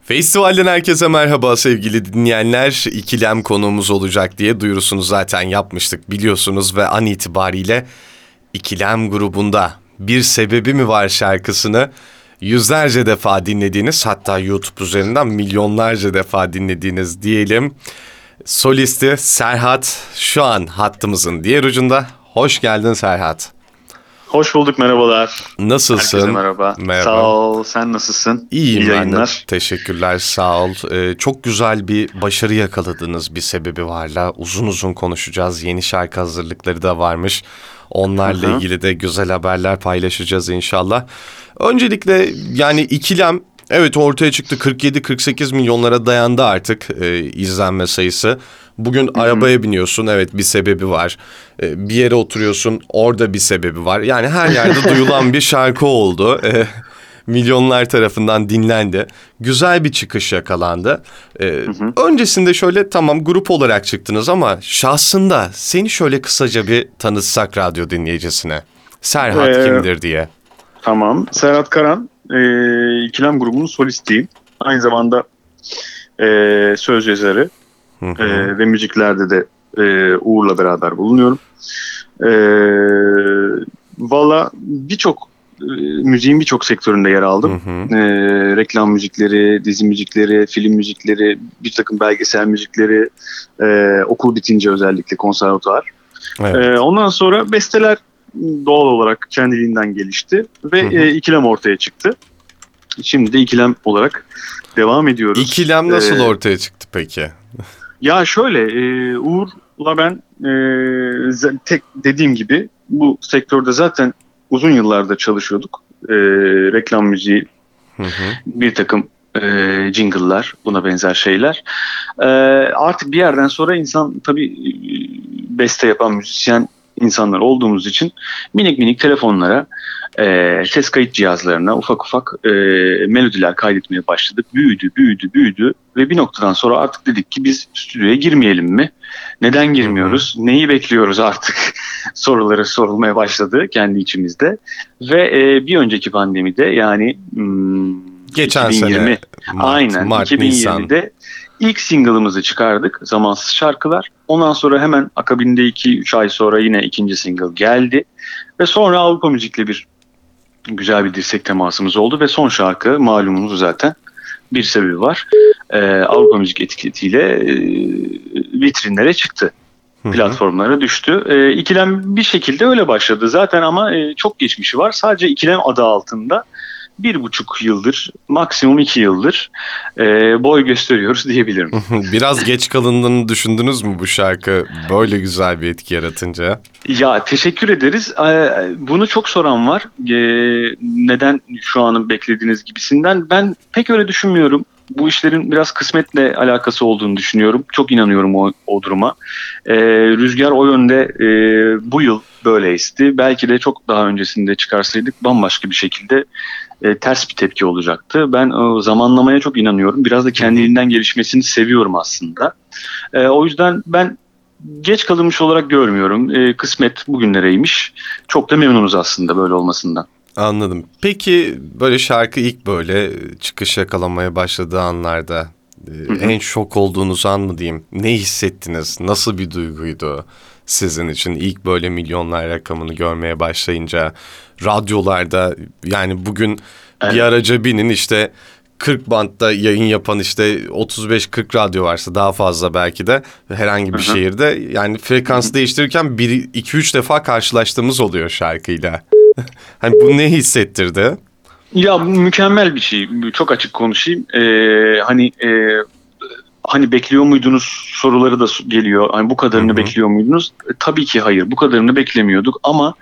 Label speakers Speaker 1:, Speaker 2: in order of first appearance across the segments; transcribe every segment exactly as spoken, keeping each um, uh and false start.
Speaker 1: Festivalden herkese merhaba sevgili dinleyenler. İkilem konuğumuz olacak diye duyurusunu zaten yapmıştık biliyorsunuz ve an itibariyle İkilem grubunda Bir Sebebi Mi Var şarkısını yüzlerce defa dinlediğiniz, hatta YouTube üzerinden milyonlarca defa dinlediğiniz diyelim. Solisti Serhat şu an hattımızın diğer ucunda. Hoş geldin Serhat.
Speaker 2: Hoş bulduk, merhabalar.
Speaker 1: Nasılsın?
Speaker 2: Herkese merhaba.
Speaker 1: Merhaba.
Speaker 2: Sağ ol, sen nasılsın?
Speaker 1: İyiyim
Speaker 2: İyi
Speaker 1: ben de.
Speaker 2: yayınlar.
Speaker 1: Teşekkürler, sağ ol. Ee, çok güzel bir başarı yakaladınız Bir Sebebi Var'la. Uzun uzun konuşacağız. Yeni şarkı hazırlıkları da varmış. Onlarla
Speaker 2: Hı hı.
Speaker 1: ilgili de güzel haberler paylaşacağız inşallah. Öncelikle yani İkilem evet ortaya çıktı. kırk yedi kırk sekiz milyonlara dayandı artık e, izlenme sayısı. Bugün
Speaker 2: Hı hı.
Speaker 1: arabaya biniyorsun, evet bir sebebi var. E, bir yere oturuyorsun, orada bir sebebi var. Yani her yerde duyulan bir şarkı oldu. E, milyonlar tarafından dinlendi. Güzel bir çıkış yakalandı. E,
Speaker 2: Hı hı.
Speaker 1: öncesinde şöyle tamam grup olarak çıktınız ama şahsında seni şöyle kısaca bir tanıtsak radyo dinleyicisine. Serhat
Speaker 2: Ee,
Speaker 1: kimdir diye.
Speaker 2: tamam. Serhat Karan, e, İkilem grubunun solistiyim. Aynı zamanda e, söz yazarı
Speaker 1: Hı
Speaker 2: e,
Speaker 1: hı.
Speaker 2: ve müziklerde de e, Uğur'la beraber bulunuyorum. E, Valla birçok e, müziğin birçok sektöründe yer
Speaker 1: Hı
Speaker 2: aldım.
Speaker 1: hı.
Speaker 2: E, reklam müzikleri, dizi müzikleri, film müzikleri, bir takım belgesel müzikleri, e, okul bitince özellikle konservatuar. E,
Speaker 1: Evet.
Speaker 2: ondan sonra besteler doğal olarak kendiliğinden gelişti ve
Speaker 1: Hı hı.
Speaker 2: e, ikilem ortaya çıktı. Şimdi de ikilem olarak devam ediyoruz.
Speaker 1: İkilem
Speaker 2: E,
Speaker 1: nasıl ortaya çıktı peki?
Speaker 2: Ya şöyle, e, Uğur'la ben e, z- tek dediğim gibi bu sektörde zaten uzun yıllarda çalışıyorduk. E, reklam müziği,
Speaker 1: Hı hı.
Speaker 2: bir takım e, jingle'lar, buna benzer şeyler. E, Artık bir yerden sonra insan tabii e, beste yapan müzisyen insanlar olduğumuz için minik minik telefonlara, e, ses kayıt cihazlarına ufak ufak e, melodiler kaydetmeye başladık. Büyüdü, büyüdü, büyüdü ve bir noktadan sonra artık dedik ki biz stüdyoya girmeyelim mi? Neden
Speaker 1: Hı hı.
Speaker 2: girmiyoruz? Neyi bekliyoruz artık? Soruları sorulmaya başladı kendi içimizde. Ve e, bir önceki pandemide yani hmm,
Speaker 1: Geçen sene
Speaker 2: iki bin yirmi,
Speaker 1: Mart,
Speaker 2: aynen
Speaker 1: Mart, Nisan.
Speaker 2: iki bin yirmide ilk single'ımızı çıkardık. Zamansız Şarkılar. Ondan sonra hemen akabinde iki üç ay sonra yine ikinci single geldi. Ve sonra Avrupa Müzik'le bir güzel bir dirsek temasımız oldu ve son şarkı malumunuz zaten Bir Sebebi Var. Ee, Avrupa Müzik etiketiyle e, vitrinlere çıktı.
Speaker 1: Hı hı.
Speaker 2: Platformlara düştü. Ee, İkilem bir şekilde öyle başladı. Zaten ama e, çok geçmişi var. Sadece İkilem adı altında bir buçuk yıldır, maksimum iki yıldır e, boy gösteriyoruz diyebilirim.
Speaker 1: Biraz geç kalındığını düşündünüz mü bu şarkı böyle güzel bir etki yaratınca?
Speaker 2: Ya teşekkür ederiz. Ee, Bunu çok soran var. Ee, Neden şu anın beklediğiniz gibisinden? Ben pek öyle düşünmüyorum. Bu işlerin biraz kısmetle alakası olduğunu düşünüyorum. Çok inanıyorum o, o duruma. Ee, Rüzgar o yönde e, bu yıl böyle esti. Belki de çok daha öncesinde çıkarsaydık bambaşka bir şekilde e, ters bir tepki olacaktı. Ben o zamanlamaya çok inanıyorum. Biraz da
Speaker 1: Hı hı.
Speaker 2: kendiliğinden gelişmesini seviyorum aslında. E, o yüzden ben geç kalınmış olarak görmüyorum. E, kısmet bugünlereymiş. Çok da memnunuz aslında böyle olmasından.
Speaker 1: Anladım. Peki böyle şarkı ilk böyle çıkış yakalamaya başladığı anlarda
Speaker 2: Hı
Speaker 1: e,
Speaker 2: hı.
Speaker 1: en şok olduğunuz an mı diyeyim? Ne hissettiniz? Nasıl bir duyguydu sizin için ilk böyle milyonlar rakamını görmeye başlayınca radyolarda, yani bugün bir
Speaker 2: Evet.
Speaker 1: araca binin işte kırk bantta yayın yapan işte otuz beş kırk radyo varsa daha fazla belki de herhangi
Speaker 2: Hı
Speaker 1: bir
Speaker 2: hı.
Speaker 1: şehirde, yani
Speaker 2: Hı
Speaker 1: frekans
Speaker 2: hı.
Speaker 1: değiştirirken bir iki üç defa karşılaştığımız oluyor şarkıyla. Hani bu ne hissettirdi?
Speaker 2: Ya bu mükemmel bir şey. Çok açık konuşayım. E, hani e, hani bekliyor muydunuz soruları da geliyor. Hani bu
Speaker 1: Hı
Speaker 2: kadarını
Speaker 1: hı.
Speaker 2: bekliyor muydunuz? E, tabii ki hayır. Bu kadarını beklemiyorduk ama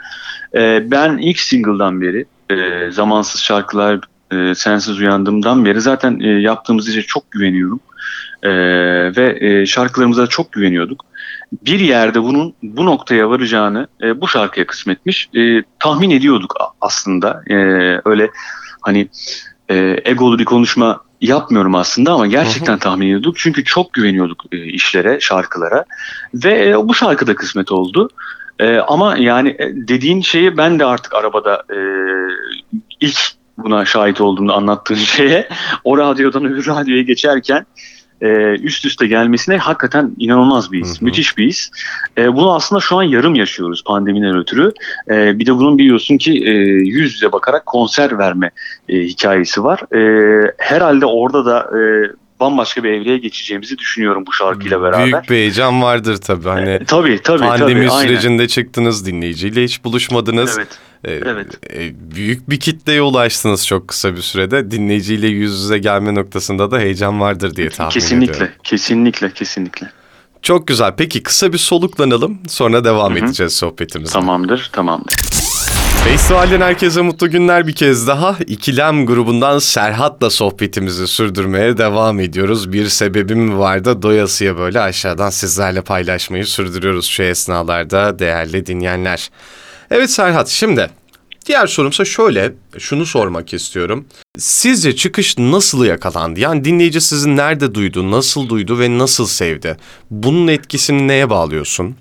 Speaker 2: e, ben ilk single'dan beri e, Zamansız Şarkılar, e, Sensiz Uyandığımdan beri zaten e, yaptığımız işe çok güveniyorum. E, Ve e, şarkılarımıza çok güveniyorduk. Bir yerde bunun bu noktaya varacağını e, bu şarkıya kısmetmiş. E, tahmin ediyorduk a- aslında. E, öyle hani e, egolu bir konuşma yapmıyorum aslında ama
Speaker 1: Hı hı.
Speaker 2: gerçekten tahmin ediyorduk. Çünkü çok güveniyorduk e, işlere, şarkılara ve e, bu şarkı da kısmet oldu. E, ama yani e, dediğin şeyi ben de artık arabada e, ilk buna şahit olduğumda anlattığın şeye. O radyodan öbür radyoya geçerken e, üst üste gelmesine hakikaten inanılmaz bir his. Hı hı. Müthiş bir his. E, bunu aslında şu an yarım yaşıyoruz pandemiden ötürü. E, bir de bunun biliyorsun ki e, yüz yüze bakarak konser verme e, hikayesi var. E, herhalde orada da e, bambaşka bir evreye geçeceğimizi düşünüyorum bu şarkıyla beraber.
Speaker 1: Büyük bir heyecan vardır tabii. Hani
Speaker 2: e, tabii tabii.
Speaker 1: Pandemi
Speaker 2: tabii,
Speaker 1: sürecinde
Speaker 2: aynen.
Speaker 1: çıktınız, dinleyiciyle hiç buluşmadınız.
Speaker 2: Evet.
Speaker 1: Ee,
Speaker 2: evet.
Speaker 1: E, büyük bir kitleye ulaştınız çok kısa bir sürede. Dinleyiciyle yüz yüze gelme noktasında da heyecan vardır diye tahmin
Speaker 2: kesinlikle,
Speaker 1: ediyorum.
Speaker 2: Kesinlikle, kesinlikle.
Speaker 1: Çok güzel. Peki kısa bir soluklanalım, sonra devam
Speaker 2: Hı-hı.
Speaker 1: edeceğiz sohbetimize.
Speaker 2: Tamamdır, tamamdır.
Speaker 1: Festivalden herkese mutlu günler bir kez daha. İkilem grubundan Serhat'la sohbetimizi sürdürmeye devam ediyoruz. Bir sebebim var da doyasıya böyle aşağıdan sizlerle paylaşmayı sürdürüyoruz şu esnalarda değerli dinleyenler. Evet Serhat, şimdi diğer sorumsa şöyle, şunu sormak istiyorum. Sizce çıkış nasıl yakalandı? Yani dinleyici sizi nerede duydu, nasıl duydu ve nasıl sevdi? Bunun etkisini neye bağlıyorsun?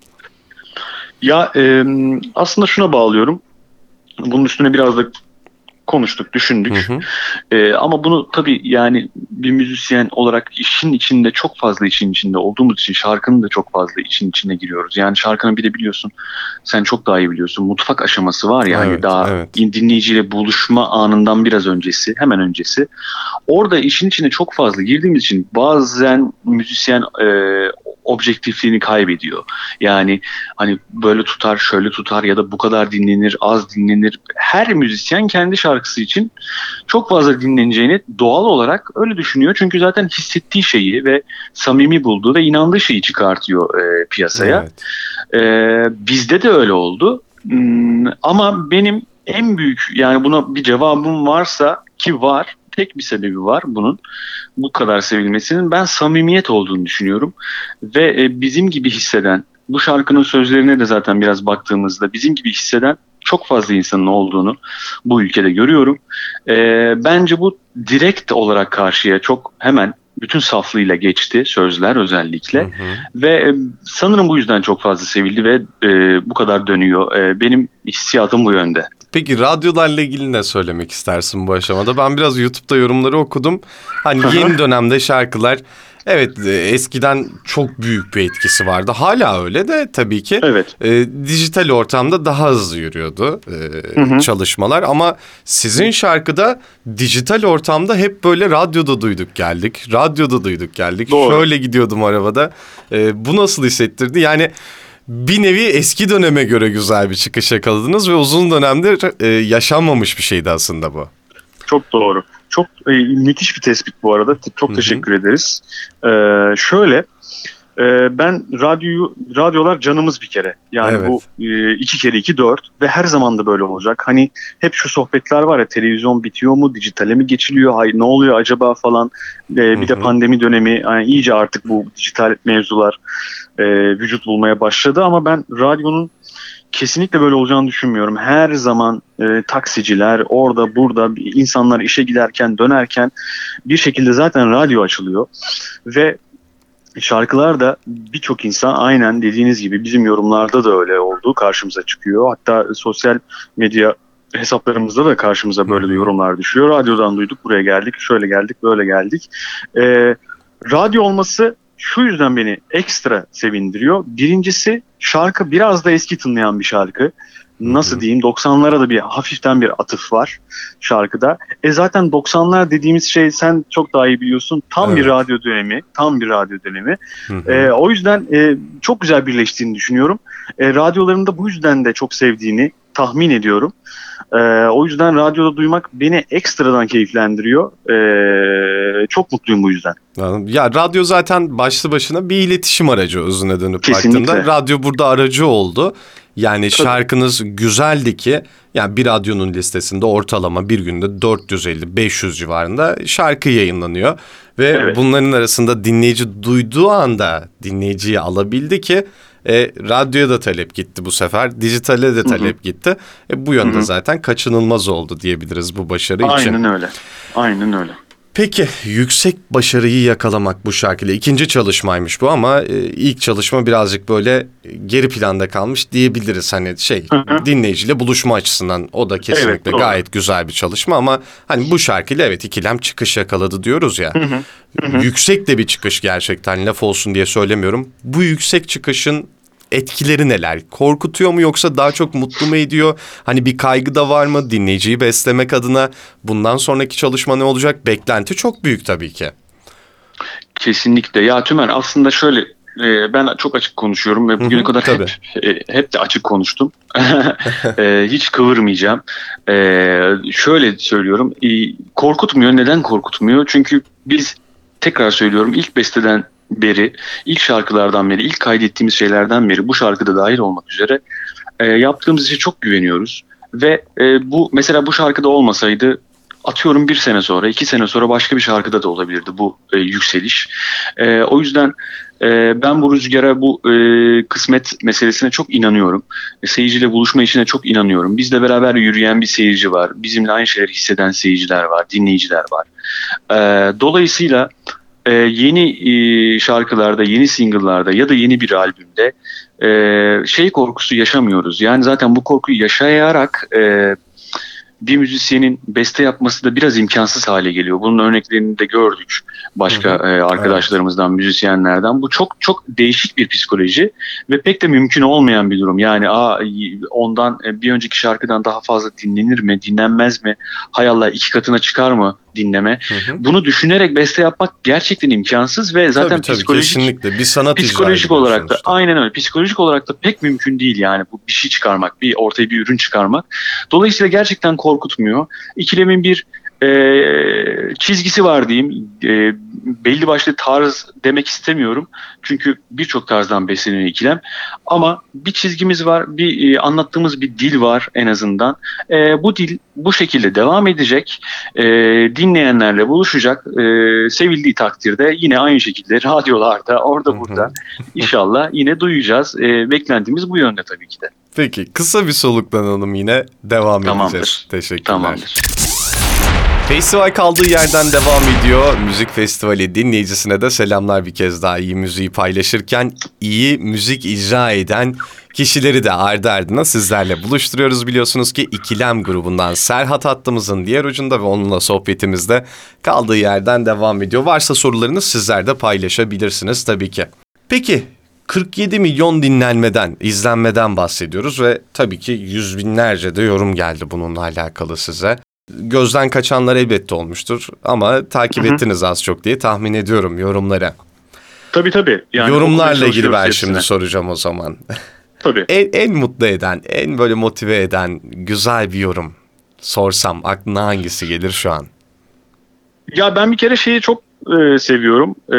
Speaker 2: Ya e, aslında şuna bağlıyorum. Bunun üstüne biraz da konuştuk, düşündük. Hı hı. Ee, ama bunu tabii yani bir müzisyen olarak işin içinde çok fazla işin içinde olduğumuz için şarkının da çok fazla için içine giriyoruz. Yani şarkının bir de biliyorsun, sen çok daha iyi biliyorsun, mutfak aşaması var ya, evet, hani daha evet. dinleyiciyle buluşma anından biraz öncesi, hemen öncesi. Orada işin içine çok fazla girdiğimiz için bazen müzisyen e, objektifliğini kaybediyor. Yani hani böyle tutar, şöyle tutar ya da bu kadar dinlenir, az dinlenir. Her müzisyen kendi şarkısı için çok fazla dinleneceğini doğal olarak öyle düşünüyor. Çünkü zaten hissettiği şeyi ve samimi bulduğu ve inandığı şeyi çıkartıyor e, piyasaya. Evet. E, bizde de öyle oldu. Hmm, ama benim en büyük, yani buna bir cevabım varsa, ki var, tek bir sebebi var bunun, bu kadar sevilmesinin, ben samimiyet olduğunu düşünüyorum. Ve e, bizim gibi hisseden, bu şarkının sözlerine de zaten biraz baktığımızda bizim gibi hisseden çok fazla insanın olduğunu bu ülkede görüyorum. E, bence bu direkt olarak karşıya çok hemen bütün saflığıyla geçti, sözler özellikle. Hı hı. Ve e, sanırım bu yüzden çok fazla sevildi ve e, bu kadar dönüyor. E, benim hissiyatım bu yönde.
Speaker 1: Peki radyolarla ilgili ne söylemek istersin bu aşamada? Ben biraz YouTube'da yorumları okudum. Hani yeni dönemde şarkılar, evet, eskiden çok büyük bir etkisi vardı. Hala öyle de tabii ki.
Speaker 2: Evet.
Speaker 1: E, dijital ortamda daha hızlı yürüyordu e, hı hı. çalışmalar. Ama sizin şarkıda dijital ortamda hep böyle radyoda duyduk geldik. Radyoda duyduk geldik. Doğru. Şöyle gidiyordum arabada. E, bu nasıl hissettirdi? Yani bir nevi eski döneme göre güzel bir çıkış yakaladınız ve uzun dönemde e, yaşanmamış bir şeydi aslında bu.
Speaker 2: Çok doğru. Çok e, müthiş bir tespit bu arada. Çok Hı-hı. teşekkür ederiz. Ee, şöyle, e, ben radyoyu, radyolar canımız bir kere. Yani evet. bu e, iki kere iki dört ve her zaman da böyle olacak. Hani hep şu sohbetler var ya, televizyon bitiyor mu, dijitale mi geçiliyor, hay, ne oluyor acaba falan. E, bir Hı-hı. de pandemi dönemi, yani iyice artık bu dijital mevzular e, vücut bulmaya başladı. Ama ben radyonun kesinlikle böyle olacağını düşünmüyorum. Her zaman e, taksiciler, orada burada insanlar işe giderken, dönerken bir şekilde zaten radyo açılıyor. Ve şarkılar da birçok insan aynen dediğiniz gibi bizim yorumlarda da öyle olduğu karşımıza çıkıyor. Hatta sosyal medya hesaplarımızda da karşımıza böyle de yorumlar düşüyor. Radyodan duyduk, buraya geldik, şöyle geldik, böyle geldik. E, radyo olması şu yüzden beni ekstra sevindiriyor. Birincisi, şarkı biraz da eski tınlayan bir şarkı. Nasıl diyeyim, doksanlara da bir hafiften bir atıf var şarkıda. E zaten doksanlar dediğimiz şey, sen çok daha iyi biliyorsun, tam evet. bir radyo dönemi, tam bir radyo dönemi. E, o yüzden e, çok güzel birleştiğini düşünüyorum. E, radyoların da bu yüzden de çok sevdiğini tahmin ediyorum. Ee, o yüzden radyoda duymak beni ekstradan keyiflendiriyor. Ee, çok mutluyum bu yüzden.
Speaker 1: Ya radyo zaten başlı başına bir iletişim aracı özüne dönüp baktığında. Radyo burada aracı oldu. Yani Tabii. şarkınız güzeldi ki, yani bir radyonun listesinde ortalama bir günde dört yüz elli beş yüz civarında şarkı yayınlanıyor. Ve evet. bunların arasında dinleyici duyduğu anda dinleyiciyi alabildi ki E, radyoya da talep gitti bu sefer. Dijitale de talep Hı-hı. gitti. E, bu yönde Hı-hı. zaten kaçınılmaz oldu diyebiliriz bu başarı
Speaker 2: Aynen
Speaker 1: için.
Speaker 2: Aynen öyle. Aynen öyle.
Speaker 1: Peki yüksek başarıyı yakalamak bu şarkıyla ikinci çalışmaymış bu ama e, ilk çalışma birazcık böyle geri planda kalmış diyebiliriz. Hani şey
Speaker 2: Hı hı.
Speaker 1: dinleyiciyle buluşma açısından o da kesinlikle
Speaker 2: Evet, doğru.
Speaker 1: gayet güzel bir çalışma ama hani bu şarkıyla evet ikilem çıkış yakaladı diyoruz ya.
Speaker 2: Hı hı. Hı hı.
Speaker 1: Yüksek de bir çıkış gerçekten, laf olsun diye söylemiyorum. Bu yüksek çıkışın etkileri neler? Korkutuyor mu yoksa daha çok mutlu mu ediyor? Hani bir kaygı da var mı dinleyiciyi beslemek adına? Bundan sonraki çalışma ne olacak? Beklenti çok büyük tabii ki.
Speaker 2: Kesinlikle. Ya Tümer, aslında şöyle, e, ben çok açık konuşuyorum ve
Speaker 1: Hı
Speaker 2: bugüne
Speaker 1: hı,
Speaker 2: kadar
Speaker 1: tabii.
Speaker 2: hep e, hep de açık konuştum. E, hiç kıvırmayacağım. E, şöyle söylüyorum. E, korkutmuyor. Neden korkutmuyor? Çünkü biz, tekrar söylüyorum, ilk besteden beri, ilk şarkılardan beri, ilk kaydettiğimiz şeylerden beri, bu şarkıda dahil olmak üzere e, yaptığımız işe çok güveniyoruz. Ve e, bu mesela bu şarkıda olmasaydı, atıyorum bir sene sonra, iki sene sonra başka bir şarkıda da olabilirdi bu e, yükseliş. E, o yüzden e, ben bu rüzgara, bu e, kısmet meselesine çok inanıyorum. E, seyirciyle buluşma işine çok inanıyorum. Bizle beraber yürüyen bir seyirci var. Bizimle aynı şeyleri hisseden seyirciler var, dinleyiciler var. E, dolayısıyla e, yeni e, şarkılarda, yeni single'larda ya da yeni bir albümde e, şey korkusu yaşamıyoruz. Yani zaten bu korkuyu yaşayarak e, bir müzisyenin beste yapması da biraz imkansız hale geliyor. Bunun örneklerini de gördük başka
Speaker 1: Hı hı.
Speaker 2: e,
Speaker 1: Evet.
Speaker 2: arkadaşlarımızdan, müzisyenlerden. Bu çok çok değişik bir psikoloji ve pek de mümkün olmayan bir durum. Yani aa, ondan e, bir önceki şarkıdan daha fazla dinlenir mi, dinlenmez mi? Hay Allah, iki katına çıkar mı dinleme?
Speaker 1: Hı hı.
Speaker 2: Bunu düşünerek beste yapmak gerçekten imkansız ve
Speaker 1: Tabii
Speaker 2: zaten
Speaker 1: tabii
Speaker 2: psikolojik
Speaker 1: kesinlikle bir sanat icra
Speaker 2: Psikolojik
Speaker 1: ediliyor
Speaker 2: olarak da
Speaker 1: sonuçta.
Speaker 2: aynen öyle. Psikolojik olarak da pek mümkün değil yani bu bir şey çıkarmak, bir ortaya bir ürün çıkarmak. Dolayısıyla gerçekten korkutmuyor. İkilemin bir e, çizgisi var diyeyim. E, belli başlı tarz demek istemiyorum. Çünkü birçok tarzdan besleniyor ikilem. Ama bir çizgimiz var, bir e, anlattığımız bir dil var en azından. E, bu dil bu şekilde devam edecek. E, dinleyenlerle buluşacak. E, sevildiği takdirde yine aynı şekilde radyolarda,
Speaker 1: Hı
Speaker 2: orada
Speaker 1: hı.
Speaker 2: burada inşallah yine duyacağız. E, beklentimiz bu yönde tabii ki de.
Speaker 1: Peki kısa bir soluklanalım yine devam edeceğiz.
Speaker 2: Tamamdır.
Speaker 1: Teşekkürler.
Speaker 2: Tamamdır.
Speaker 1: Festival kaldığı yerden devam ediyor. Müzik festivali dinleyicisine de selamlar bir kez daha. İyi müziği paylaşırken iyi müzik icra eden kişileri de ardı ardına sizlerle buluşturuyoruz. Biliyorsunuz ki İkilem grubundan Serhat hattımızın diğer ucunda ve onunla sohbetimizde kaldığı yerden devam ediyor. Varsa sorularınız sizler de paylaşabilirsiniz tabii ki. Peki kırk yedi milyon dinlenmeden, izlenmeden bahsediyoruz ve tabii ki yüz binlerce de yorum geldi bununla alakalı size. Gözden kaçanlar elbette olmuştur ama takip
Speaker 2: Hı hı.
Speaker 1: ettiniz az çok diye tahmin ediyorum yorumları.
Speaker 2: Tabii tabii. Yani okumaya
Speaker 1: Yorumlarla ilgili ben
Speaker 2: çalışıyoruz
Speaker 1: şimdi
Speaker 2: hepsine.
Speaker 1: soracağım o zaman.
Speaker 2: Tabii.
Speaker 1: En, en mutlu eden, en böyle motive eden güzel bir yorum sorsam aklına hangisi gelir şu an?
Speaker 2: Ya ben bir kere şeyi çok e, seviyorum. E,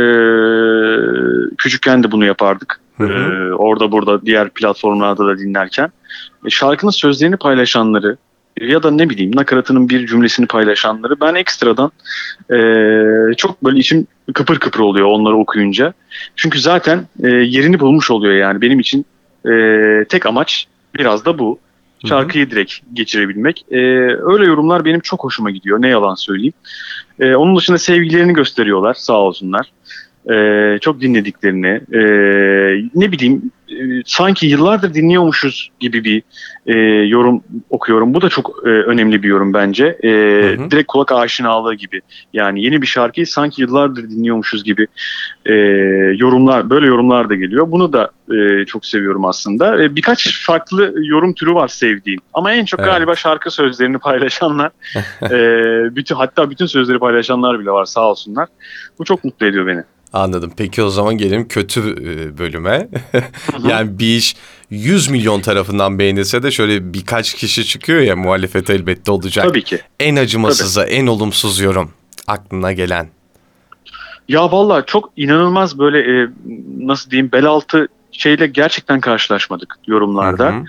Speaker 2: küçükken de bunu yapardık.
Speaker 1: Hı
Speaker 2: E,
Speaker 1: hı.
Speaker 2: orada burada diğer platformlarda da dinlerken. E, şarkının sözlerini paylaşanları ya da ne bileyim nakaratının bir cümlesini paylaşanları ben ekstradan e, çok böyle içim kıpır kıpır oluyor onları okuyunca. Çünkü zaten e, yerini bulmuş oluyor yani benim için e, tek amaç biraz da bu.
Speaker 1: Hı hı.
Speaker 2: Şarkıyı direkt geçirebilmek. E, öyle yorumlar benim çok hoşuma gidiyor. Ne yalan söyleyeyim. Ee, onun dışında sevgilerini gösteriyorlar sağ olsunlar. Ee, çok dinlediklerini, e, ne bileyim e, sanki yıllardır dinliyormuşuz gibi bir e, yorum okuyorum. Bu da çok e, önemli bir yorum bence. E,
Speaker 1: Hı hı.
Speaker 2: direkt kulak aşinalığı gibi. Yani yeni bir şarkıyı sanki yıllardır dinliyormuşuz gibi e, yorumlar, böyle yorumlar da geliyor. Bunu da e, çok seviyorum aslında. E, birkaç farklı yorum türü var sevdiğim. Ama en çok
Speaker 1: Evet.
Speaker 2: galiba şarkı sözlerini paylaşanlar, e, bütün hatta bütün sözleri paylaşanlar bile var sağ olsunlar. Bu çok mutlu ediyor beni.
Speaker 1: Anladım. Peki o zaman gelelim kötü e, bölüme.
Speaker 2: Hı hı.
Speaker 1: Yani bir iş yüz milyon tarafından beğenilse de şöyle birkaç kişi çıkıyor ya muhalefet elbette olacak.
Speaker 2: Tabii ki.
Speaker 1: En
Speaker 2: Tabii.
Speaker 1: acımasızı, en olumsuz yorum aklına gelen.
Speaker 2: Ya vallahi çok inanılmaz böyle e, nasıl diyeyim bel altı şeyle gerçekten karşılaşmadık
Speaker 1: Hı
Speaker 2: yorumlarda.
Speaker 1: hı.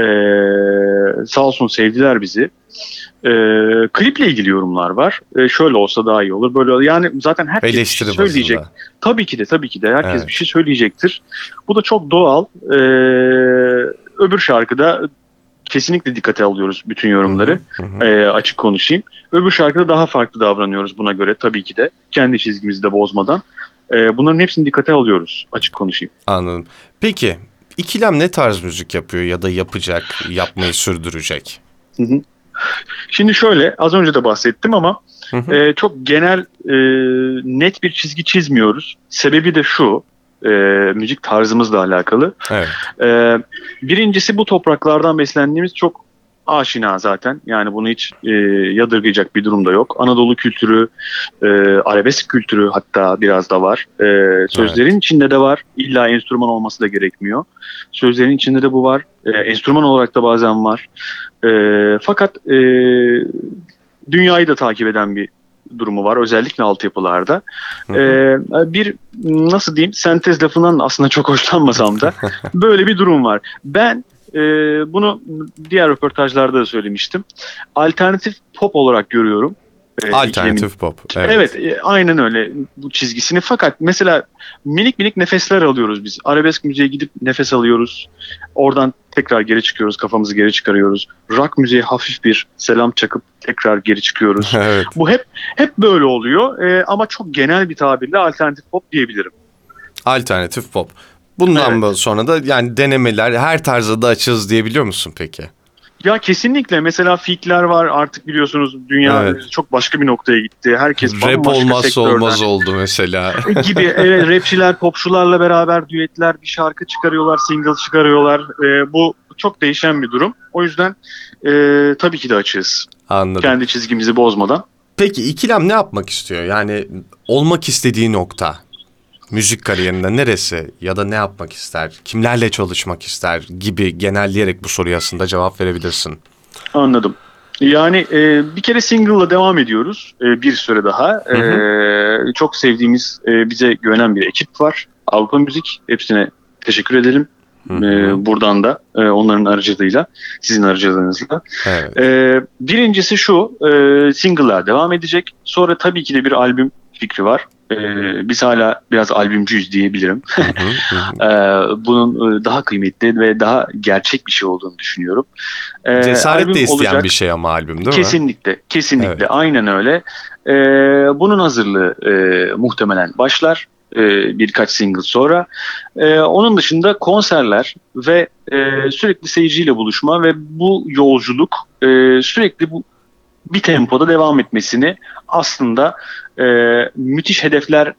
Speaker 2: E, sağ olsun sevdiler bizi. E, kliple ilgili yorumlar var. E, şöyle olsa daha iyi olur. Böyle yani zaten herkes bir şey
Speaker 1: Eleştiri
Speaker 2: söyleyecek.
Speaker 1: bazında.
Speaker 2: Tabii ki de tabii ki de herkes
Speaker 1: Evet.
Speaker 2: bir şey söyleyecektir. Bu da çok doğal. E, öbür şarkıda kesinlikle dikkate alıyoruz bütün yorumları.
Speaker 1: Hı hı.
Speaker 2: E, açık konuşayım. Öbür şarkıda daha farklı davranıyoruz buna göre tabii ki de. Kendi çizgimizi de bozmadan. E, bunların hepsini dikkate alıyoruz, açık konuşayım.
Speaker 1: Anladım. Peki İkilem ne tarz müzik yapıyor ya da yapacak, yapmayı sürdürecek?
Speaker 2: Hı hı. Şimdi şöyle, az önce de bahsettim ama
Speaker 1: Hı hı.
Speaker 2: e, çok genel, e, net bir çizgi çizmiyoruz. Sebebi de şu, e, müzik tarzımızla alakalı.
Speaker 1: Evet.
Speaker 2: E, birincisi, bu topraklardan beslendiğimiz çok aşina zaten. Yani bunu hiç e, yadırgayacak bir durum da yok. Anadolu kültürü, e, arabesk kültürü hatta biraz da var. E, sözlerin
Speaker 1: Evet.
Speaker 2: içinde de var. İlla enstrüman olması da gerekmiyor. Sözlerin içinde de bu var. E, enstrüman olarak da bazen var. E, fakat e, dünyayı da takip eden bir durumu var. Özellikle altyapılarda.
Speaker 1: Hı hı.
Speaker 2: E, bir nasıl diyeyim, sentez lafından aslında çok hoşlanmasam da böyle bir durum var. Ben e, bunu diğer röportajlarda da söylemiştim. Alternatif pop olarak görüyorum. E, ikilemin-
Speaker 1: Alternatif pop. Evet.
Speaker 2: Evet, e, aynen öyle bu çizgisini. Fakat mesela minik minik nefesler alıyoruz biz. Arabesk müziğe gidip nefes alıyoruz. Oradan tekrar geri çıkıyoruz, kafamızı geri çıkarıyoruz. Rock müziğe hafif bir selam çakıp tekrar geri çıkıyoruz.
Speaker 1: Evet.
Speaker 2: Bu hep hep böyle oluyor. E, ama çok genel bir tabirle alternatif pop diyebilirim.
Speaker 1: Alternatif pop. Bundan
Speaker 2: Evet.
Speaker 1: sonra da yani denemeler her tarzda da açığız diyebiliyor musun peki?
Speaker 2: Ya kesinlikle, mesela feat'ler var artık, biliyorsunuz dünya
Speaker 1: Evet.
Speaker 2: çok başka bir noktaya gitti. Herkes
Speaker 1: Rap
Speaker 2: bambaşka
Speaker 1: olmazsa
Speaker 2: sektörden
Speaker 1: olmaz oldu mesela.
Speaker 2: gibi, evet, rapçiler, popçularla beraber düetler, bir şarkı çıkarıyorlar, single çıkarıyorlar. Ee, bu çok değişen bir durum. O yüzden e, tabii ki de açığız.
Speaker 1: Anladım.
Speaker 2: Kendi çizgimizi bozmadan.
Speaker 1: Peki İkilem ne yapmak istiyor? Yani olmak istediği nokta, müzik kariyerinde neresi ya da ne yapmak ister? Kimlerle çalışmak ister gibi genelleyerek bu soruya aslında cevap verebilirsin.
Speaker 2: Anladım. Yani e, bir kere single'la devam ediyoruz e, bir süre daha. E,
Speaker 1: Hı
Speaker 2: çok sevdiğimiz, e, bize güvenen bir ekip var. Avrupa Müzik. Hepsine teşekkür edelim.
Speaker 1: Hı
Speaker 2: E,
Speaker 1: hı.
Speaker 2: buradan da e, onların aracılığıyla, sizin aracılığınızla.
Speaker 1: Evet.
Speaker 2: E, birincisi şu, e, single'lar devam edecek. Sonra tabii ki de bir albüm fikri var. E, biz hala biraz albümcüyüz diyebilirim.
Speaker 1: Hı hı, hı hı.
Speaker 2: E, bunun e, daha kıymetli ve daha gerçek bir şey olduğunu düşünüyorum. E,
Speaker 1: Cesaret de
Speaker 2: albüm
Speaker 1: isteyen
Speaker 2: olacak.
Speaker 1: bir şey ama albüm değil mi?
Speaker 2: Kesinlikle, kesinlikle,
Speaker 1: Evet.
Speaker 2: aynen öyle. Ee, bunun hazırlığı e, muhtemelen başlar e, birkaç single sonra. E, onun dışında konserler ve e, sürekli seyirciyle buluşma ve bu yolculuk e, sürekli bu bir tempoda devam etmesini, aslında e, müthiş hedefler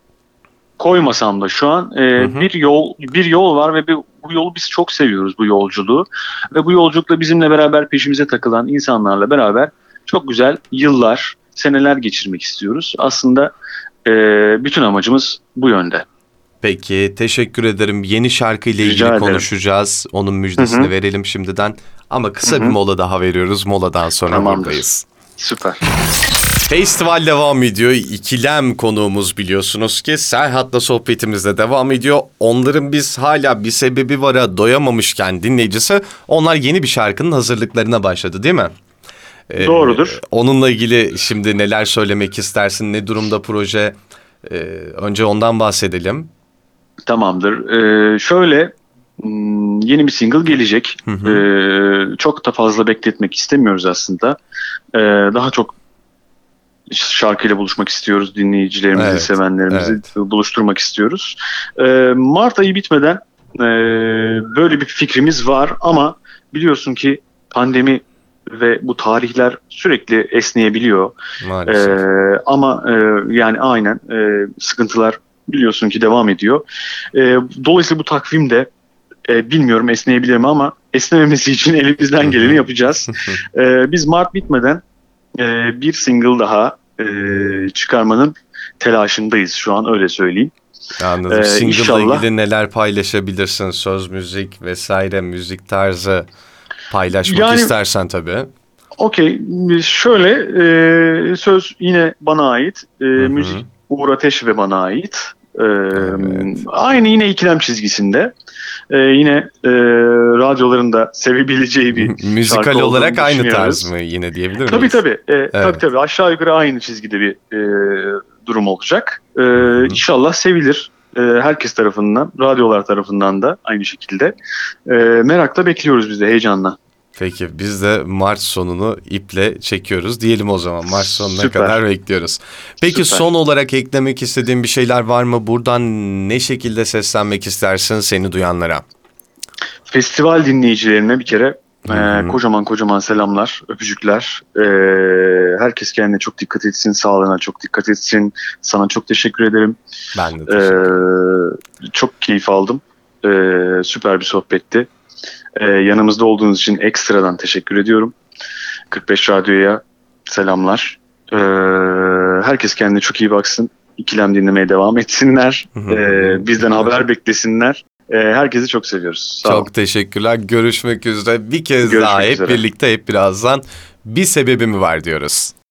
Speaker 2: koymasam da şu an e,
Speaker 1: Hı hı.
Speaker 2: bir yol bir yol var ve bu, bu yolu biz çok seviyoruz, bu yolculuğu, ve bu yolculukta bizimle beraber peşimize takılan insanlarla beraber çok güzel yıllar, seneler geçirmek istiyoruz. Aslında e, bütün amacımız bu yönde.
Speaker 1: Peki teşekkür ederim. Yeni şarkıyla ilgili
Speaker 2: Rica ederim.
Speaker 1: konuşacağız. Onun
Speaker 2: Hı
Speaker 1: müjdesini
Speaker 2: hı.
Speaker 1: verelim şimdiden. Ama kısa
Speaker 2: Hı
Speaker 1: bir
Speaker 2: hı.
Speaker 1: mola daha veriyoruz. Moladan sonra
Speaker 2: Tamamdır.
Speaker 1: buradayız.
Speaker 2: Süper.
Speaker 1: Festival devam ediyor. İkilem konuğumuz biliyorsunuz ki Serhat'la sohbetimiz de devam ediyor. Onların biz hala bir sebebi vara doyamamışken dinleyicisi, onlar yeni bir şarkının hazırlıklarına başladı değil mi? Ee,
Speaker 2: Doğrudur.
Speaker 1: Onunla ilgili şimdi neler söylemek istersin? Ne durumda proje? Ee, önce ondan bahsedelim.
Speaker 2: Tamamdır. Ee, şöyle hmm, yeni bir single gelecek.
Speaker 1: Hı hı.
Speaker 2: Ee, çok da fazla bekletmek istemiyoruz aslında. Ee, daha çok şarkıyla buluşmak istiyoruz. Dinleyicilerimizi,
Speaker 1: Evet,
Speaker 2: sevenlerimizi
Speaker 1: evet.
Speaker 2: buluşturmak istiyoruz. Ee, Mart ayı bitmeden e, böyle bir fikrimiz var ama biliyorsun ki pandemi ve bu tarihler sürekli esneyebiliyor.
Speaker 1: Maalesef.
Speaker 2: Ee, ama e, yani aynen e, sıkıntılar biliyorsun ki devam ediyor. E, dolayısıyla bu takvim de e, bilmiyorum esneyebilir mi, ama esnememesi için elimizden geleni yapacağız. E, biz Mart bitmeden e, bir single daha e, çıkarmanın telaşındayız şu an, öyle söyleyeyim.
Speaker 1: Anladım.
Speaker 2: Ee,
Speaker 1: Single'la
Speaker 2: inşallah.
Speaker 1: ilgili neler paylaşabilirsin? Söz, müzik vesaire, müzik tarzı paylaşmak
Speaker 2: Yani
Speaker 1: istersen tabii.
Speaker 2: okey, şöyle, e, söz yine bana ait, e,
Speaker 1: Hı
Speaker 2: müzik
Speaker 1: hı.
Speaker 2: Uğur Ateş ve bana ait. E,
Speaker 1: Evet.
Speaker 2: aynı yine ikilem çizgisinde. E, yine e, radyoların da sevebileceği bir
Speaker 1: Müzikal
Speaker 2: şarkı olduğunu
Speaker 1: olarak aynı tarz
Speaker 2: düşünüyoruz.
Speaker 1: mı yine diyebilir
Speaker 2: Tabii
Speaker 1: miyiz?
Speaker 2: tabii, e, tabii
Speaker 1: Evet.
Speaker 2: tabii aşağı yukarı aynı çizgide bir e, durum olacak. E,
Speaker 1: hı.
Speaker 2: İnşallah sevilir. E, herkes tarafından, radyolar tarafından da aynı şekilde. E, merakla bekliyoruz biz de, heyecanla.
Speaker 1: Peki biz de Mart sonunu iple çekiyoruz diyelim o zaman. Mart sonuna
Speaker 2: Süper.
Speaker 1: kadar bekliyoruz. Peki
Speaker 2: Süper.
Speaker 1: son olarak eklemek istediğin bir şeyler var mı? Buradan ne şekilde seslenmek istersin seni duyanlara?
Speaker 2: Festival dinleyicilerine bir kere
Speaker 1: Hı hı.
Speaker 2: e, kocaman kocaman selamlar, öpücükler. E, herkes kendine çok dikkat etsin, sağlığına çok dikkat etsin. Sana çok teşekkür ederim.
Speaker 1: Ben de
Speaker 2: E,
Speaker 1: teşekkür ederim.
Speaker 2: çok keyif aldım. E, süper bir sohbetti. E, yanımızda olduğunuz için ekstradan teşekkür ediyorum. kırk beş Radyo'ya selamlar. E, herkes kendine çok iyi baksın. İkilem dinlemeye devam etsinler.
Speaker 1: Hı hı.
Speaker 2: E, bizden haber beklesinler. E, herkesi çok seviyoruz. Sağ olun.
Speaker 1: Çok teşekkürler. Görüşmek üzere. Bir kez
Speaker 2: Görüşmek
Speaker 1: daha hep
Speaker 2: üzere.
Speaker 1: birlikte hep birazdan bir sebebi mi var diyoruz.